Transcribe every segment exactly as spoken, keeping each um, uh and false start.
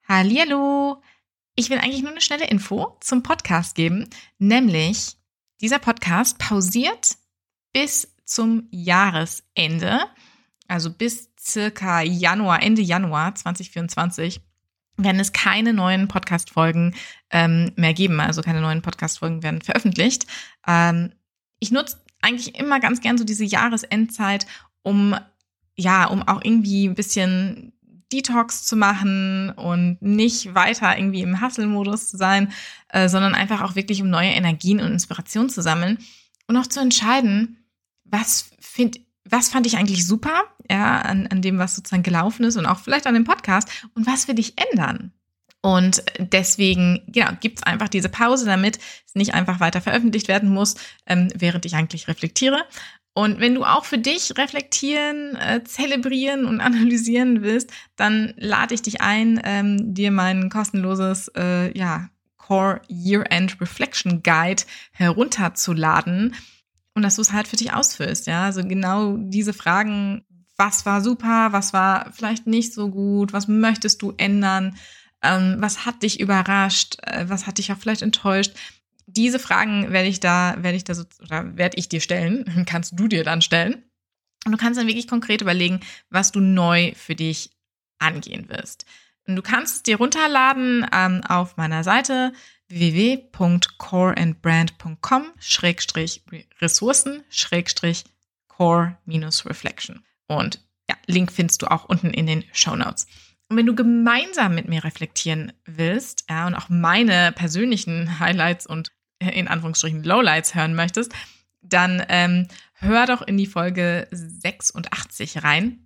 Hallihallo! Ich will eigentlich nur eine schnelle Info zum Podcast geben, nämlich dieser Podcast pausiert bis zum Jahresende, also bis circa Januar, Ende Januar zwanzig vierundzwanzig, werden es keine neuen Podcast-Folgen ähm, mehr geben, also keine neuen Podcast-Folgen werden veröffentlicht. Ähm, ich nutze eigentlich immer ganz gern so diese Jahresendzeit, um ja, um auch irgendwie ein bisschen Detox zu machen und nicht weiter irgendwie im Hustle-Modus zu sein, äh, sondern einfach auch wirklich um neue Energien und Inspiration zu sammeln und auch zu entscheiden, was find, was fand ich eigentlich super, ja, an, an dem, was sozusagen gelaufen ist und auch vielleicht an dem Podcast und was will ich ändern. Und deswegen, genau, gibt's einfach diese Pause, damit es nicht einfach weiter veröffentlicht werden muss, ähm, während ich eigentlich reflektiere. Und wenn du auch für dich reflektieren, äh, zelebrieren und analysieren willst, dann lade ich dich ein, ähm, dir mein kostenloses äh, ja, Core Year-End Reflection Guide herunterzuladen und dass du es halt für dich ausfüllst. Ja, also genau diese Fragen: Was war super, was war vielleicht nicht so gut, was möchtest du ändern, ähm, was hat dich überrascht, äh, was hat dich auch vielleicht enttäuscht? Diese Fragen werde ich da, werde ich da so, oder werde ich dir stellen, kannst du dir dann stellen. Und du kannst dann wirklich konkret überlegen, was du neu für dich angehen wirst. Und du kannst es dir runterladen ähm, auf meiner Seite w w w punkt core and brand punkt com schrägstrich ressourcen schrägstrich core minus reflection. Und ja, Link findest du auch unten in den Shownotes. Und wenn du gemeinsam mit mir reflektieren willst, ja, und auch meine persönlichen Highlights und in Anführungsstrichen Lowlights hören möchtest, dann ähm, hör doch in die Folge sechsundachtzig rein.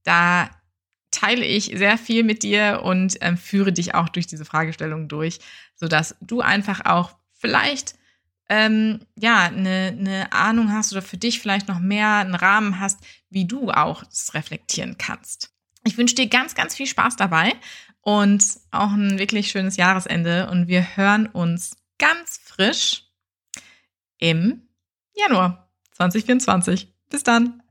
Da teile ich sehr viel mit dir und ähm, führe dich auch durch diese Fragestellung durch, sodass du einfach auch vielleicht ähm, ja eine, eine Ahnung hast oder für dich vielleicht noch mehr einen Rahmen hast, wie du auch das reflektieren kannst. Ich wünsche dir ganz, ganz viel Spaß dabei und auch ein wirklich schönes Jahresende und wir hören uns ganz frisch im Januar zwanzig vierundzwanzig. Bis dann!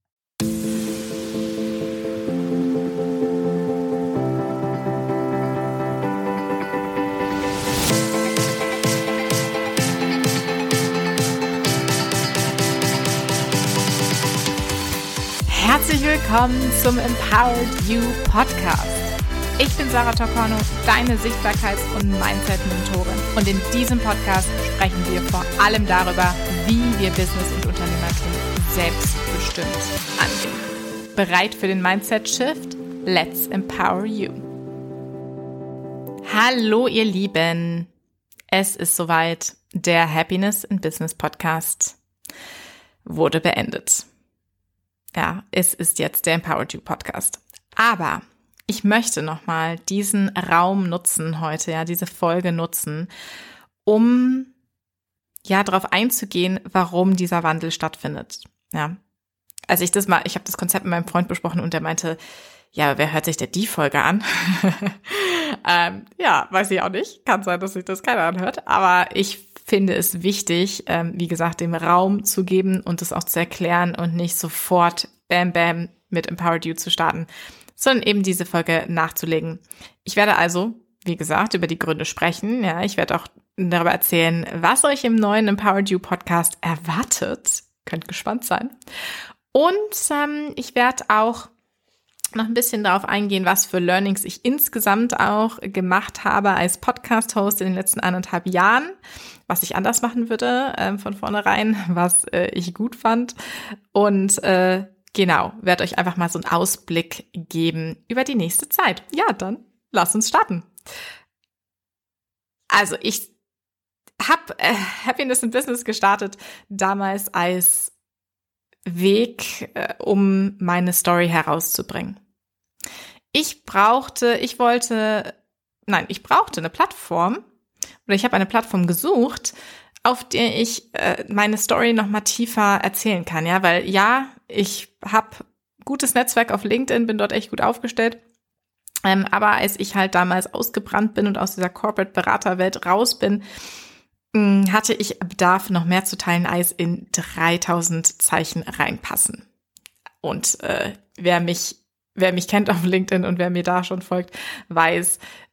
Herzlich willkommen zum Empowered You Podcast. Ich bin Sarah Toccorno, deine Sichtbarkeits- und Mindset-Mentorin. Und in diesem Podcast sprechen wir vor allem darüber, wie wir Business und Unternehmertum selbstbestimmt angehen. Bereit für den Mindset-Shift? Let's empower you. Hallo ihr Lieben, es ist soweit. Der Happiness in Business Podcast wurde beendet. Ja, es ist jetzt der Empowered You Podcast. Aber ich möchte nochmal diesen Raum nutzen heute, ja, diese Folge nutzen, um ja darauf einzugehen, warum dieser Wandel stattfindet. Ja, also ich das mal, ich habe das Konzept mit meinem Freund besprochen und der meinte, ja, wer hört sich denn die Folge an? ähm, ja, weiß ich auch nicht. Kann sein, dass sich das keiner anhört, aber ich finde es wichtig, ähm, wie gesagt, dem Raum zu geben und es auch zu erklären und nicht sofort bam bam mit Empowered You zu starten, sondern eben diese Folge nachzulegen. Ich werde also, wie gesagt, über die Gründe sprechen. Ja, ich werde auch darüber erzählen, was euch im neuen Empowered You Podcast erwartet. Könnt gespannt sein. Und ähm, ich werde auch noch ein bisschen darauf eingehen, was für Learnings ich insgesamt auch gemacht habe als Podcast-Host in den letzten eineinhalb Jahren, was ich anders machen würde äh, von vornherein, was äh, ich gut fand. Und äh, genau, werde euch einfach mal so einen Ausblick geben über die nächste Zeit. Ja, dann lasst uns starten. Also ich habe äh, Happiness in Business gestartet damals als Weg, äh, um meine Story herauszubringen. Ich brauchte, ich wollte, nein, ich brauchte eine Plattform oder ich habe eine Plattform gesucht, auf der ich äh, meine Story noch mal tiefer erzählen kann, ja, weil ja, ich habe gutes Netzwerk auf LinkedIn, bin dort echt gut aufgestellt, ähm, aber als ich halt damals ausgebrannt bin und aus dieser Corporate-Beraterwelt raus bin, mh, hatte ich Bedarf, noch mehr zu teilen, als in dreitausend Zeichen reinpassen. Und äh, wer mich wer mich kennt auf LinkedIn und wer mir da schon folgt, weiß,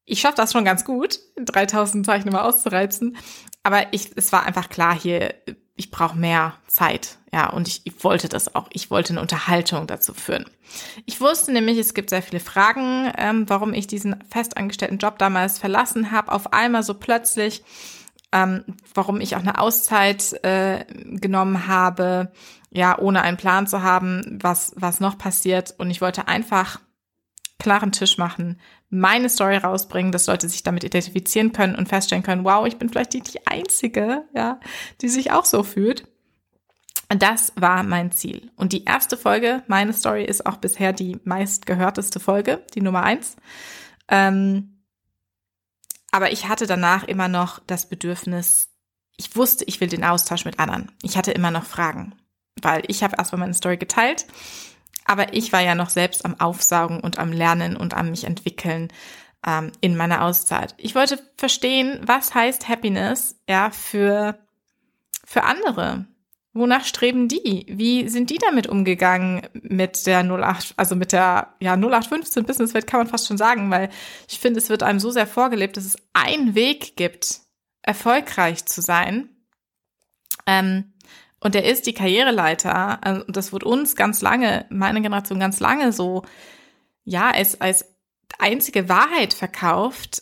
ich schaffe das schon ganz gut, dreitausend Zeichen immer auszureizen. Aber ich, es war einfach klar hier, ich brauche mehr Zeit. Ja, und ich, ich wollte das auch. Ich wollte eine Unterhaltung dazu führen. Ich wusste nämlich, es gibt sehr viele Fragen, ähm, warum ich diesen festangestellten Job damals verlassen habe. Auf einmal so plötzlich, ähm, warum ich auch eine Auszeit äh, genommen habe, ja, ohne einen Plan zu haben, was, was noch passiert. Und ich wollte einfach klaren Tisch machen, meine Story rausbringen, dass Leute sich damit identifizieren können und feststellen können, wow, ich bin vielleicht die, die Einzige, ja, die sich auch so fühlt. Das war mein Ziel. Und die erste Folge, meine Story, ist auch bisher die meistgehörteste Folge, die Nummer eins. Ähm, aber ich hatte danach immer noch das Bedürfnis, ich wusste, ich will den Austausch mit anderen. Ich hatte immer noch Fragen, weil ich habe erstmal meine Story geteilt, aber ich war ja noch selbst am Aufsaugen und am Lernen und am mich entwickeln ähm, in meiner Auszeit. Ich wollte verstehen, was heißt Happiness, ja, für, für andere. Wonach streben die? Wie sind die damit umgegangen mit der null acht, also mit der ja null acht fünfzehn Businesswelt, kann man fast schon sagen, weil ich finde, es wird einem so sehr vorgelebt, dass es einen Weg gibt, erfolgreich zu sein. Ähm, Und der ist die Karriereleiter. Und das wird uns ganz lange, meine Generation ganz lange so, ja, als, als einzige Wahrheit verkauft.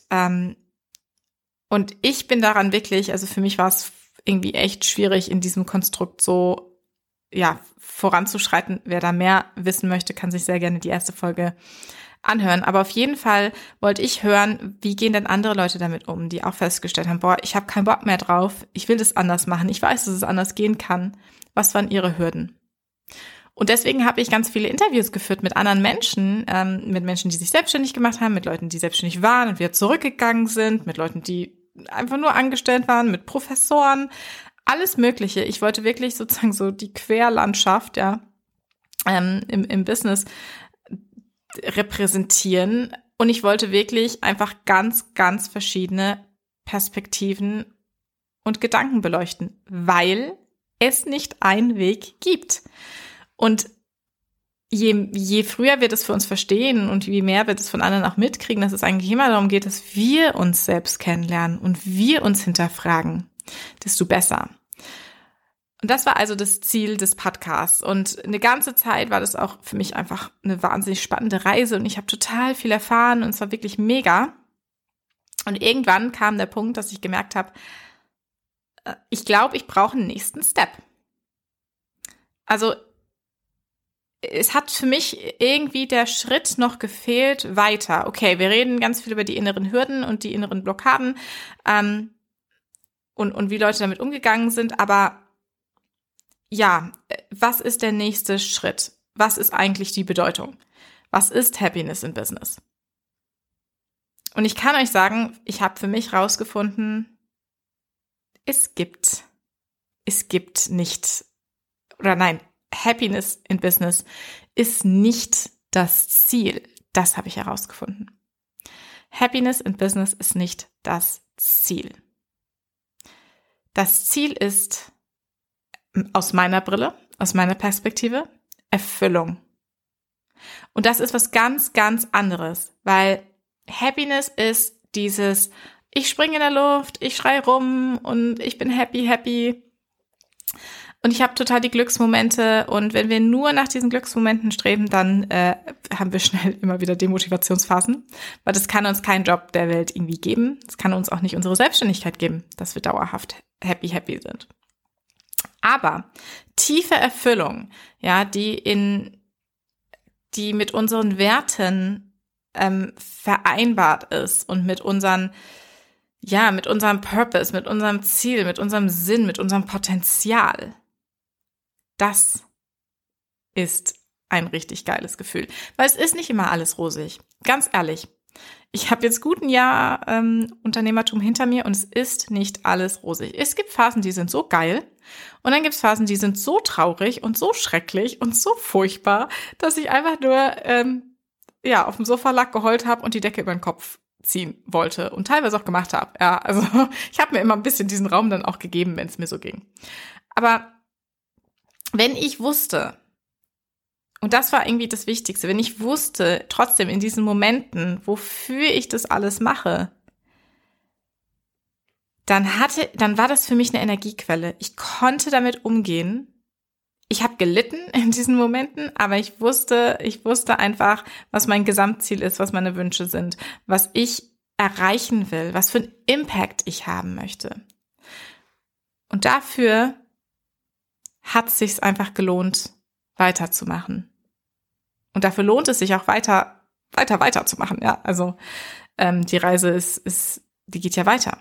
Und ich bin daran wirklich, also für mich war es irgendwie echt schwierig, in diesem Konstrukt so, ja, voranzuschreiten. Wer da mehr wissen möchte, kann sich sehr gerne die erste Folge anhören. Aber auf jeden Fall wollte ich hören, wie gehen denn andere Leute damit um, die auch festgestellt haben, boah, ich habe keinen Bock mehr drauf, ich will das anders machen, ich weiß, dass es anders gehen kann. Was waren ihre Hürden? Und deswegen habe ich ganz viele Interviews geführt mit anderen Menschen, ähm, mit Menschen, die sich selbstständig gemacht haben, mit Leuten, die selbstständig waren und wieder zurückgegangen sind, mit Leuten, die einfach nur angestellt waren, mit Professoren, alles Mögliche. Ich wollte wirklich sozusagen so die Querlandschaft, ja, ähm, im, im Business repräsentieren. Und ich wollte wirklich einfach ganz, ganz verschiedene Perspektiven und Gedanken beleuchten, weil es nicht einen Weg gibt. Und je, je früher wir das für uns verstehen und je mehr wir das von anderen auch mitkriegen, dass es eigentlich immer darum geht, dass wir uns selbst kennenlernen und wir uns hinterfragen, desto besser. Und das war also das Ziel des Podcasts. Und eine ganze Zeit war das auch für mich einfach eine wahnsinnig spannende Reise und ich habe total viel erfahren und es war wirklich mega. Und irgendwann kam der Punkt, dass ich gemerkt habe, ich glaube, ich brauche einen nächsten Step. Also es hat für mich irgendwie der Schritt noch gefehlt weiter. Okay, wir reden ganz viel über die inneren Hürden und die inneren Blockaden ähm, und, und wie Leute damit umgegangen sind, aber ja, was ist der nächste Schritt? Was ist eigentlich die Bedeutung? Was ist Happiness in Business? Und ich kann euch sagen, ich habe für mich rausgefunden, es gibt, es gibt nicht, oder nein, Happiness in Business ist nicht das Ziel. Das habe ich herausgefunden. Happiness in Business ist nicht das Ziel. Das Ziel ist, aus meiner Brille, aus meiner Perspektive, Erfüllung. Und das ist was ganz, ganz anderes, weil Happiness ist dieses, ich springe in der Luft, ich schreie rum und ich bin happy, happy. Und ich habe total die Glücksmomente und wenn wir nur nach diesen Glücksmomenten streben, dann äh, haben wir schnell immer wieder Demotivationsphasen, weil das kann uns kein Job der Welt irgendwie geben. Das kann uns auch nicht unsere Selbstständigkeit geben, dass wir dauerhaft happy, happy sind. Aber tiefe Erfüllung, ja, die in, die mit unseren Werten ähm, vereinbart ist und mit unseren, ja, mit unserem Purpose, mit unserem Ziel, mit unserem Sinn, mit unserem Potenzial, das ist ein richtig geiles Gefühl. Weil es ist nicht immer alles rosig. Ganz ehrlich. Ich habe jetzt gut ein Jahr ähm, Unternehmertum hinter mir und es ist nicht alles rosig. Es gibt Phasen, die sind so geil und dann gibt es Phasen, die sind so traurig und so schrecklich und so furchtbar, dass ich einfach nur ähm, ja auf dem Sofa lag, geheult habe und die Decke über den Kopf ziehen wollte und teilweise auch gemacht habe. Ja, also ich habe mir immer ein bisschen diesen Raum dann auch gegeben, wenn es mir so ging. Aber wenn ich wusste, Und das war irgendwie das Wichtigste. Wenn ich wusste, trotzdem in diesen Momenten, wofür ich das alles mache, dann hatte, dann war das für mich eine Energiequelle. Ich konnte damit umgehen. Ich habe gelitten in diesen Momenten, aber ich wusste, ich wusste einfach, was mein Gesamtziel ist, was meine Wünsche sind, was ich erreichen will, was für einen Impact ich haben möchte. Und dafür hat es sich einfach gelohnt, weiterzumachen. Und dafür lohnt es sich auch weiter, weiter, weiterzumachen. Ja, also ähm, die Reise ist, ist, die geht ja weiter.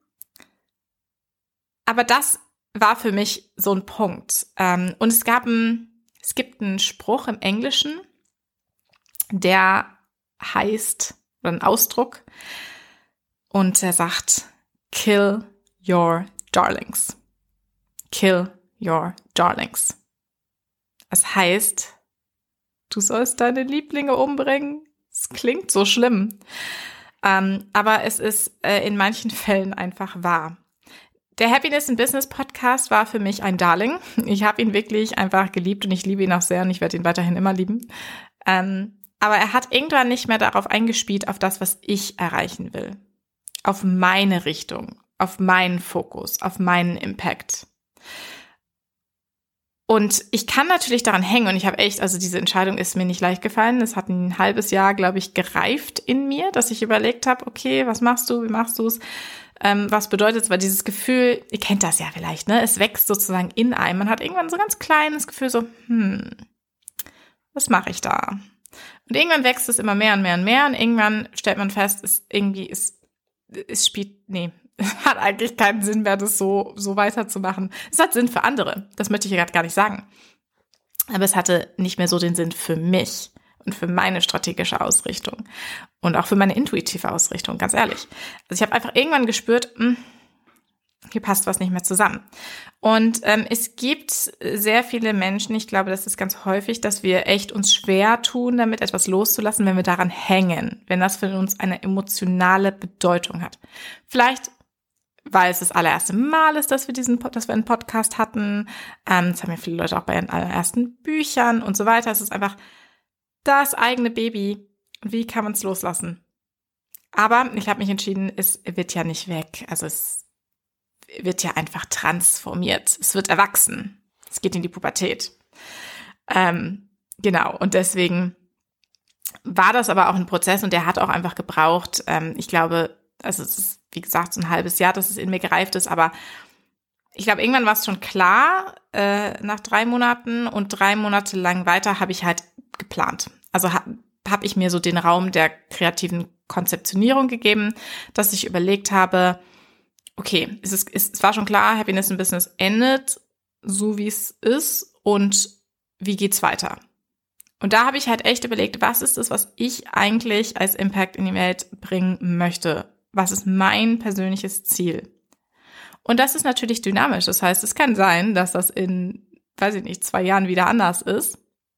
Aber das war für mich so ein Punkt. Ähm, und es gab ein, es gibt einen Spruch im Englischen, der heißt, oder einen Ausdruck, und der sagt, kill your darlings. Kill your darlings. Das heißt, du sollst deine Lieblinge umbringen. Es klingt so schlimm. Ähm, aber es ist äh, in manchen Fällen einfach wahr. Der Happiness in Business Podcast war für mich ein Darling. Ich habe ihn wirklich einfach geliebt und ich liebe ihn auch sehr und ich werde ihn weiterhin immer lieben. Ähm, aber er hat irgendwann nicht mehr darauf eingespielt, auf das, was ich erreichen will. Auf meine Richtung, auf meinen Fokus, auf meinen Impact. Und ich kann natürlich daran hängen und ich habe echt, also diese Entscheidung ist mir nicht leicht gefallen. Es hat ein halbes Jahr, glaube ich, gereift in mir, dass ich überlegt habe, okay, was machst du, wie machst du es? Ähm, was bedeutet es? Weil dieses Gefühl, ihr kennt das ja vielleicht, ne? Es wächst sozusagen in einem. Man hat irgendwann so ein ganz kleines Gefühl so, hm, was mache ich da? Und irgendwann wächst es immer mehr und mehr und mehr und irgendwann stellt man fest, es irgendwie ist, es spielt, nee, es hat eigentlich keinen Sinn mehr, das so, so weiterzumachen. Es hat Sinn für andere, das möchte ich gerade gar nicht sagen. Aber es hatte nicht mehr so den Sinn für mich und für meine strategische Ausrichtung und auch für meine intuitive Ausrichtung, ganz ehrlich. Also ich habe einfach irgendwann gespürt, mh, hier passt was nicht mehr zusammen. Und ähm, es gibt sehr viele Menschen, ich glaube, das ist ganz häufig, dass wir echt uns schwer tun, damit etwas loszulassen, wenn wir daran hängen, wenn das für uns eine emotionale Bedeutung hat. Vielleicht, weil es das allererste Mal ist, dass wir diesen, dass wir einen Podcast hatten. Ähm, das haben ja viele Leute auch bei ihren allerersten Büchern und so weiter. Es ist einfach das eigene Baby. Wie kann man es loslassen? Aber ich habe mich entschieden, es wird ja nicht weg. Also es wird ja einfach transformiert. Es wird erwachsen. Es geht in die Pubertät. Ähm, genau. Und deswegen war das aber auch ein Prozess und der hat auch einfach gebraucht. Ähm, ich glaube, also es ist, wie gesagt, so ein halbes Jahr, dass es in mir gereift ist. Aber ich glaube, irgendwann war es schon klar, äh, nach drei Monaten und drei Monate lang weiter habe ich halt geplant. Also habe hab ich mir so den Raum der kreativen Konzeptionierung gegeben, dass ich überlegt habe, okay, es, ist, es war schon klar, Happiness in Business endet so, wie es ist und wie geht's weiter? Und da habe ich halt echt überlegt, was ist das, was ich eigentlich als Impact in die Welt bringen möchte? Was ist mein persönliches Ziel? Und das ist natürlich dynamisch. Das heißt, es kann sein, dass das in, weiß ich nicht, zwei Jahren wieder anders ist.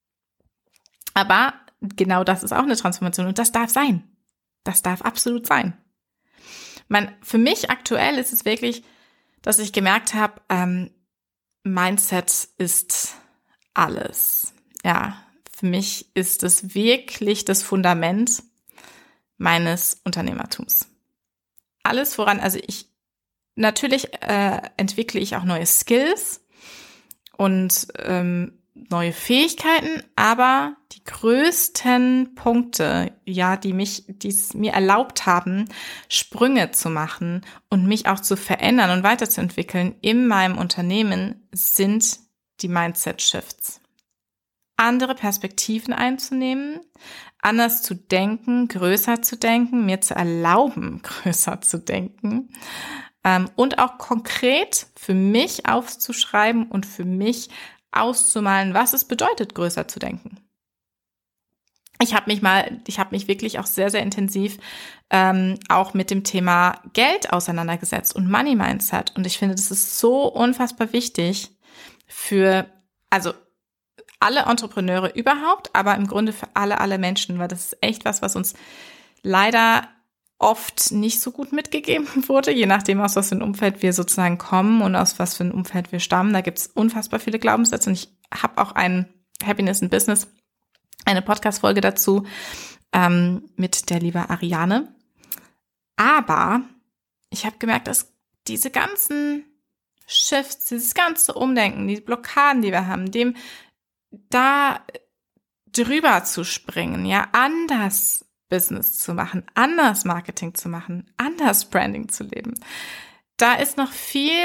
Aber genau das ist auch eine Transformation und das darf sein. Das darf absolut sein. Man, für mich aktuell ist es wirklich, dass ich gemerkt habe, ähm, Mindset ist alles. Ja, für mich ist es wirklich das Fundament meines Unternehmertums. Alles voran, also ich, natürlich äh, entwickle ich auch neue Skills und ähm, neue Fähigkeiten, aber die größten Punkte, ja, die mich, die es mir erlaubt haben, Sprünge zu machen und mich auch zu verändern und weiterzuentwickeln in meinem Unternehmen, sind die Mindset-Shifts. Andere Perspektiven einzunehmen, anders zu denken, größer zu denken, mir zu erlauben, größer zu denken ähm, und auch konkret für mich aufzuschreiben und für mich auszumalen, was es bedeutet, größer zu denken. Ich habe mich mal, ich habe mich wirklich auch sehr, sehr intensiv ähm, auch mit dem Thema Geld auseinandergesetzt und Money Mindset. Und ich finde, das ist so unfassbar wichtig für, also alle Entrepreneure überhaupt, aber im Grunde für alle, alle Menschen, weil das ist echt was, was uns leider oft nicht so gut mitgegeben wurde, je nachdem, aus was für ein Umfeld wir sozusagen kommen und aus was für ein Umfeld wir stammen. Da gibt es unfassbar viele Glaubenssätze und ich habe auch ein Happiness in Business eine Podcast-Folge dazu ähm, mit der lieben Ariane. Aber ich habe gemerkt, dass diese ganzen Shifts, dieses ganze Umdenken, die Blockaden, die wir haben, dem da drüber zu springen, ja, anders Business zu machen, anders Marketing zu machen, anders Branding zu leben, da ist noch viel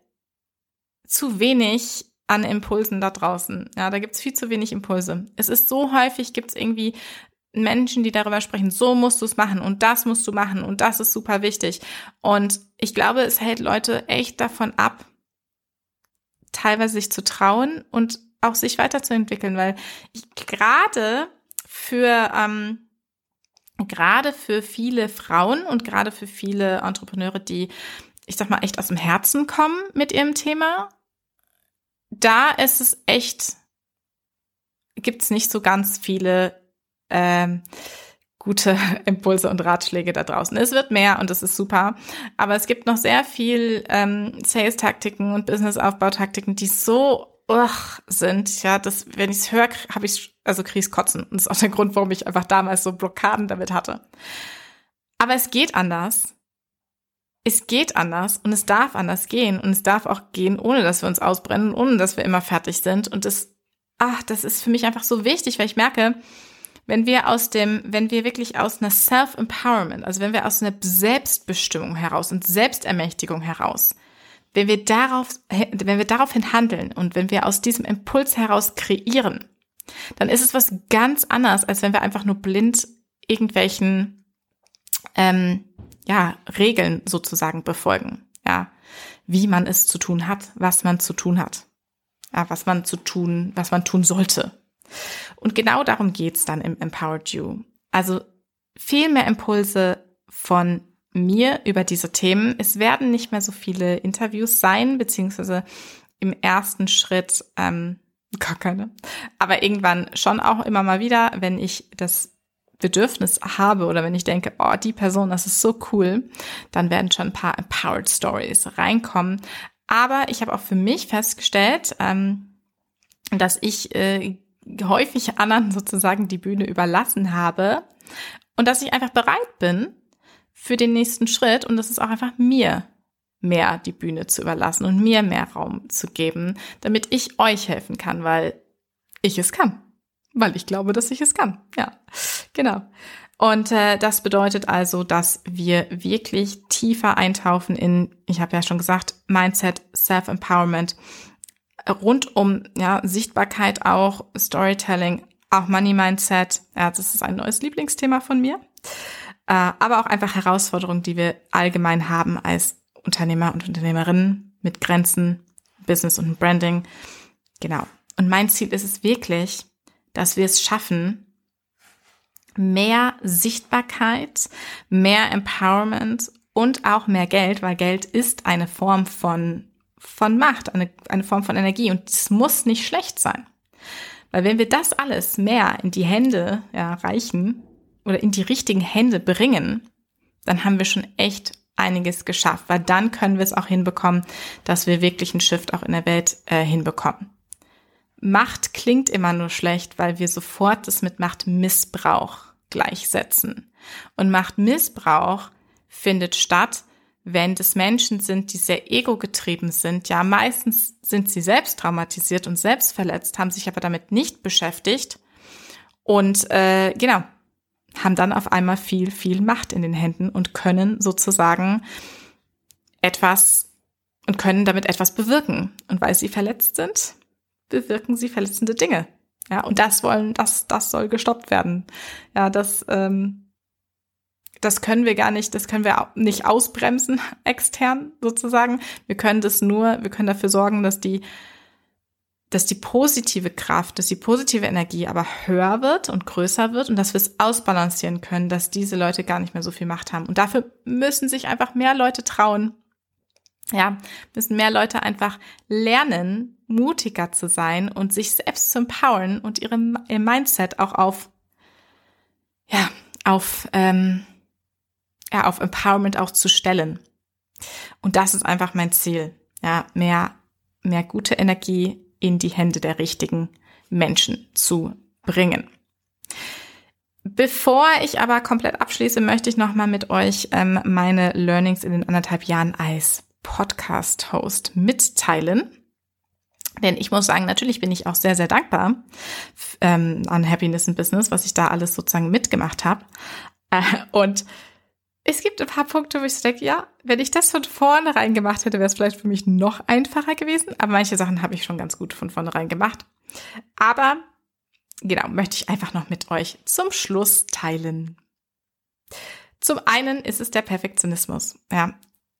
zu wenig an Impulsen da draußen. Ja, da gibt's viel zu wenig Impulse. Es ist so häufig, gibt's irgendwie Menschen, die darüber sprechen, so musst du es machen und das musst du machen und das ist super wichtig. Und ich glaube, es hält Leute echt davon ab, teilweise sich zu trauen und auch sich weiterzuentwickeln, weil ich gerade für ähm, gerade für viele Frauen und gerade für viele Entrepreneure, die, ich sag mal, echt aus dem Herzen kommen mit ihrem Thema, da ist es echt, gibt's nicht so ganz viele ähm, gute Impulse und Ratschläge da draußen. Es wird mehr und das ist super, aber es gibt noch sehr viel ähm, Sales-Taktiken und Business-Aufbautaktiken, die so ugh, sind, ja, das, wenn ich es höre, habe ich also kriege ich kotzen. Und das ist auch der Grund, warum ich einfach damals so Blockaden damit hatte. Aber es geht anders. Es geht anders und es darf anders gehen und es darf auch gehen, ohne dass wir uns ausbrennen, ohne dass wir immer fertig sind. Und das, ach, das ist für mich einfach so wichtig, weil ich merke, wenn wir aus dem, wenn wir wirklich aus einer Self-Empowerment, also wenn wir aus einer Selbstbestimmung heraus und Selbstermächtigung heraus, wenn wir darauf, wenn wir daraufhin handeln und wenn wir aus diesem Impuls heraus kreieren, dann ist es was ganz anderes, als wenn wir einfach nur blind irgendwelchen ähm, ja, Regeln sozusagen befolgen. Ja, wie man es zu tun hat, was man zu tun hat, ja, was man zu tun, was man tun sollte. Und genau darum geht's dann im Empowered You. Also viel mehr Impulse von mir über diese Themen. Es werden nicht mehr so viele Interviews sein, beziehungsweise im ersten Schritt ähm, gar keine. Aber irgendwann schon auch immer mal wieder, wenn ich das Bedürfnis habe oder wenn ich denke, oh, die Person, das ist so cool, dann werden schon ein paar Empowered Stories reinkommen. Aber ich habe auch für mich festgestellt, ähm, dass ich äh, häufig anderen sozusagen die Bühne überlassen habe und dass ich einfach bereit bin für den nächsten Schritt und das ist auch einfach mir mehr die Bühne zu überlassen und mir mehr Raum zu geben, damit ich euch helfen kann, weil ich es kann. Weil ich glaube, dass ich es kann. Ja, genau. Und äh, das bedeutet also, dass wir wirklich tiefer eintauchen in, ich habe ja schon gesagt, Mindset, Self-Empowerment, rund um ja Sichtbarkeit auch, Storytelling, auch Money-Mindset. Ja, das ist ein neues Lieblingsthema von mir. Äh, aber auch einfach Herausforderungen, die wir allgemein haben als Unternehmer und Unternehmerinnen mit Grenzen, Business und Branding. Genau. Und mein Ziel ist es wirklich, dass wir es schaffen, mehr Sichtbarkeit, mehr Empowerment und auch mehr Geld, weil Geld ist eine Form von, von Macht, eine, eine Form von Energie und es muss nicht schlecht sein. Weil wenn wir das alles mehr in die Hände ja, reichen oder in die richtigen Hände bringen, dann haben wir schon echt einiges geschafft, weil dann können wir es auch hinbekommen, dass wir wirklich einen Shift auch in der Welt äh, hinbekommen. Macht klingt immer nur schlecht, weil wir sofort das mit Machtmissbrauch gleichsetzen. Und Machtmissbrauch findet statt, wenn das Menschen sind, die sehr ego-getrieben sind. Ja, meistens sind sie selbst traumatisiert und selbst verletzt, haben sich aber damit nicht beschäftigt und äh, genau, haben dann auf einmal viel, viel Macht in den Händen und können sozusagen etwas und können damit etwas bewirken. Und weil sie verletzt sind, bewirken sie verletzende Dinge. Ja, und das wollen, das, das soll gestoppt werden. Ja, das, ähm, das können wir gar nicht, das können wir nicht ausbremsen, extern sozusagen. Wir können das nur, wir können dafür sorgen, dass die, dass die positive Kraft, dass die positive Energie aber höher wird und größer wird und dass wir es ausbalancieren können, dass diese Leute gar nicht mehr so viel Macht haben. Und dafür müssen sich einfach mehr Leute trauen. Ja, müssen mehr Leute einfach lernen, mutiger zu sein und sich selbst zu empowern und ihre, ihr Mindset auch auf, ja, auf, ähm, ja, auf Empowerment auch zu stellen. Und das ist einfach mein Ziel. Ja, mehr, mehr gute Energie in die Hände der richtigen Menschen zu bringen. Bevor ich aber komplett abschließe, möchte ich nochmal mit euch ähm, meine Learnings in den anderthalb Jahren als Podcast-Host mitteilen. Denn ich muss sagen, natürlich bin ich auch sehr, sehr dankbar ähm, an Happiness in Business, was ich da alles sozusagen mitgemacht habe. Äh, und es gibt ein paar Punkte, wo ich so denke, ja, wenn ich das von vornherein gemacht hätte, wäre es vielleicht für mich noch einfacher gewesen. Aber manche Sachen habe ich schon ganz gut von vornherein gemacht. Aber genau, möchte ich einfach noch mit euch zum Schluss teilen. Zum einen ist es der Perfektionismus. Ja.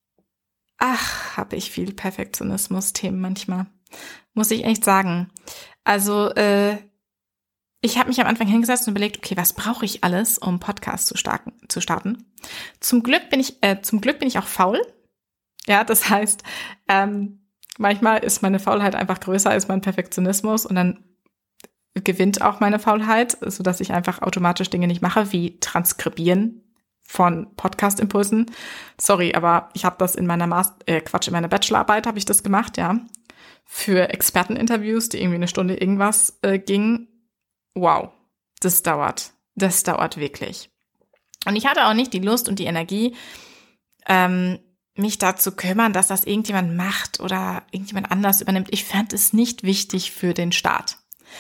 Ach, habe ich viel Perfektionismus-Themen manchmal. Muss ich echt sagen. Also, äh, ich habe mich am Anfang hingesetzt und überlegt, okay, was brauche ich alles, um einen Podcast zu starten, zu starten? Zum Glück bin ich, äh, zum Glück bin ich auch faul. Ja, das heißt, ähm, manchmal ist meine Faulheit einfach größer als mein Perfektionismus und dann gewinnt auch meine Faulheit, sodass ich einfach automatisch Dinge nicht mache, wie Transkribieren von Podcast-Impulsen. Sorry, aber ich habe das in meiner Master, äh, Quatsch, in meiner Bachelorarbeit habe ich das gemacht, ja. Für Experteninterviews, die irgendwie eine Stunde irgendwas äh, gingen. Wow, das dauert. Das dauert wirklich. Und ich hatte auch nicht die Lust und die Energie, ähm, mich da zu kümmern, dass das irgendjemand macht oder irgendjemand anders übernimmt. Ich fand es nicht wichtig für den Start.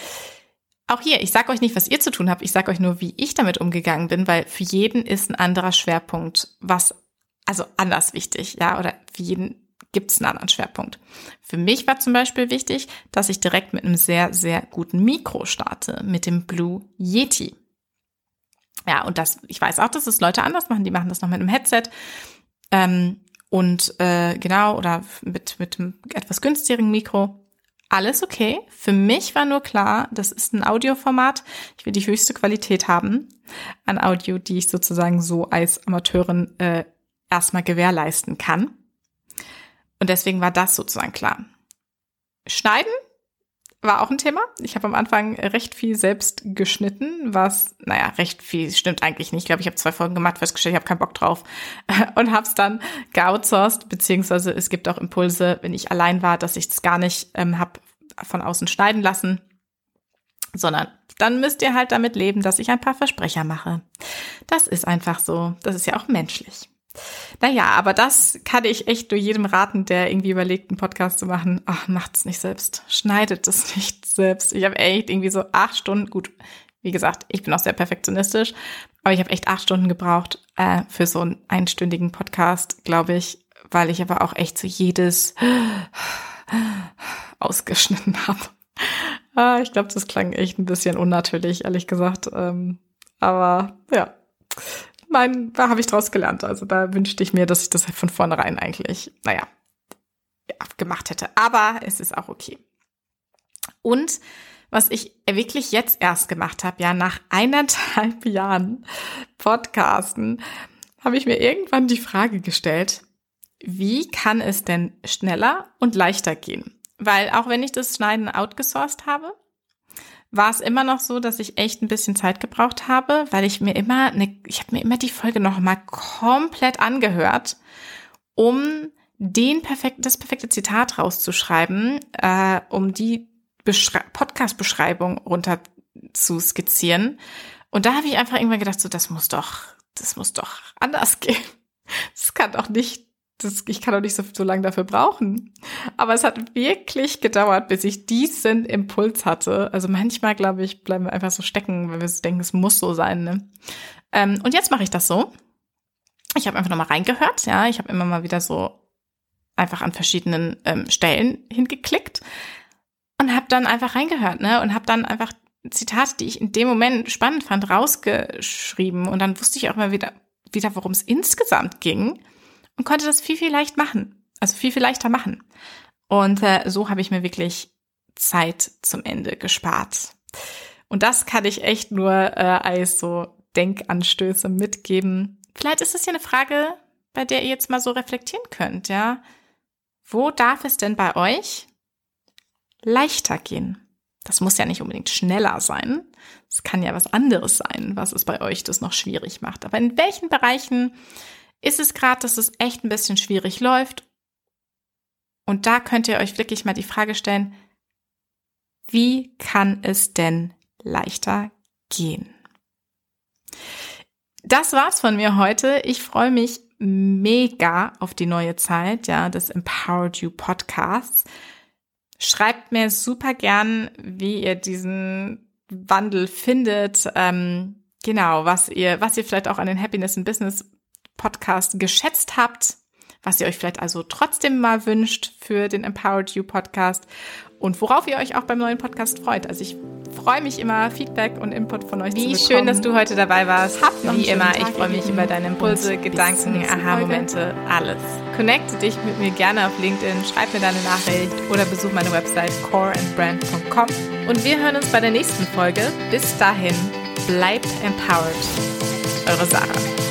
Auch hier, ich sage euch nicht, was ihr zu tun habt, ich sage euch nur, wie ich damit umgegangen bin, weil für jeden ist ein anderer Schwerpunkt, was, also anders wichtig, ja, oder für jeden gibt es einen anderen Schwerpunkt. Für mich war zum Beispiel wichtig, dass ich direkt mit einem sehr, sehr guten Mikro starte, mit dem Blue Yeti. Ja, und das, ich weiß auch, dass es Leute anders machen, die machen das noch mit einem Headset, ähm, und äh, genau, oder mit, mit einem etwas günstigeren Mikro. Alles okay. Für mich war nur klar, das ist ein Audioformat. Ich will die höchste Qualität haben an Audio, die ich sozusagen so als Amateurin äh, erstmal gewährleisten kann. Und deswegen war das sozusagen klar. Schneiden war auch ein Thema. Ich habe am Anfang recht viel selbst geschnitten, was, naja, recht viel stimmt eigentlich nicht. Ich glaube, ich habe zwei Folgen gemacht, festgestellt, ich habe keinen Bock drauf und habe es dann geoutsourced, beziehungsweise es gibt auch Impulse, wenn ich allein war, dass ich das gar nicht ähm, habe von außen schneiden lassen, sondern dann müsst ihr halt damit leben, dass ich ein paar Versprecher mache. Das ist einfach so. Das ist ja auch menschlich. Naja, aber das kann ich echt nur jedem raten, der irgendwie überlegt, einen Podcast zu machen. Ach, macht's nicht selbst. Schneidet es nicht selbst. Ich habe echt irgendwie so acht Stunden, gut, wie gesagt, ich bin auch sehr perfektionistisch, aber ich habe echt acht Stunden gebraucht äh, für so einen einstündigen Podcast, glaube ich, weil ich aber auch echt so jedes ausgeschnitten habe. Ah, ich glaube, das klang echt ein bisschen unnatürlich, ehrlich gesagt. Ähm, aber ja, mein, da habe ich draus gelernt. Also da wünschte ich mir, dass ich das von vornherein eigentlich, naja, ja, gemacht hätte. Aber es ist auch okay. Und was ich wirklich jetzt erst gemacht habe, ja, nach eineinhalb Jahren Podcasten, habe ich mir irgendwann die Frage gestellt, wie kann es denn schneller und leichter gehen? Weil auch wenn ich das Schneiden outgesourced habe, war es immer noch so, dass ich echt ein bisschen Zeit gebraucht habe, weil ich mir immer, eine, ich habe mir immer die Folge noch mal komplett angehört, um den perfekt, das perfekte Zitat rauszuschreiben, äh, um die Beschrei- Podcast-Beschreibung runter zu skizzieren. Und da habe ich einfach irgendwann gedacht, so, das muss doch, das muss doch anders gehen. Das kann doch nicht Das, ich kann doch nicht so, so lange dafür brauchen. Aber es hat wirklich gedauert, bis ich diesen Impuls hatte. Also manchmal, glaube ich, bleiben wir einfach so stecken, wenn wir so denken, es muss so sein. Ne? Ähm, und jetzt mache ich das so. Ich habe einfach nochmal reingehört. Ja, ich habe immer mal wieder so einfach an verschiedenen ähm, Stellen hingeklickt und habe dann einfach reingehört, ne? Und habe dann einfach Zitate, die ich in dem Moment spannend fand, rausgeschrieben. Und dann wusste ich auch mal wieder, wieder worum es insgesamt ging. Und konnte das viel, viel leicht machen. Also viel, viel leichter machen. Und äh, so habe ich mir wirklich Zeit zum Ende gespart. Und das kann ich echt nur äh, als so Denkanstöße mitgeben. Vielleicht ist es ja eine Frage, bei der ihr jetzt mal so reflektieren könnt, ja. Wo darf es denn bei euch leichter gehen? Das muss ja nicht unbedingt schneller sein. Es kann ja was anderes sein, was es bei euch das noch schwierig macht. Aber in welchen Bereichen ist es gerade, dass es echt ein bisschen schwierig läuft? Und da könnt ihr euch wirklich mal die Frage stellen, wie kann es denn leichter gehen? Das war's von mir heute. Ich freue mich mega auf die neue Zeit, ja, des Empowered You Podcasts. Schreibt mir super gern, wie ihr diesen Wandel findet, ähm, genau, was ihr, was ihr vielleicht auch an den Happiness in Business Podcast geschätzt habt, was ihr euch vielleicht also trotzdem mal wünscht für den Empowered You Podcast und worauf ihr euch auch beim neuen Podcast freut. Also ich freue mich immer, Feedback und Input von euch Wie zu bekommen. schön, dass du heute dabei warst. Habt noch Wie einen immer, schönen Tag, ich freue mich über deine Impulse, Gedanken, Aha-Momente, alles. Connecte dich mit mir gerne auf LinkedIn, schreib mir deine Nachricht oder besuch meine Website core and brand dot com. Und wir hören uns bei der nächsten Folge. Bis dahin, bleibt empowered. Eure Sarah.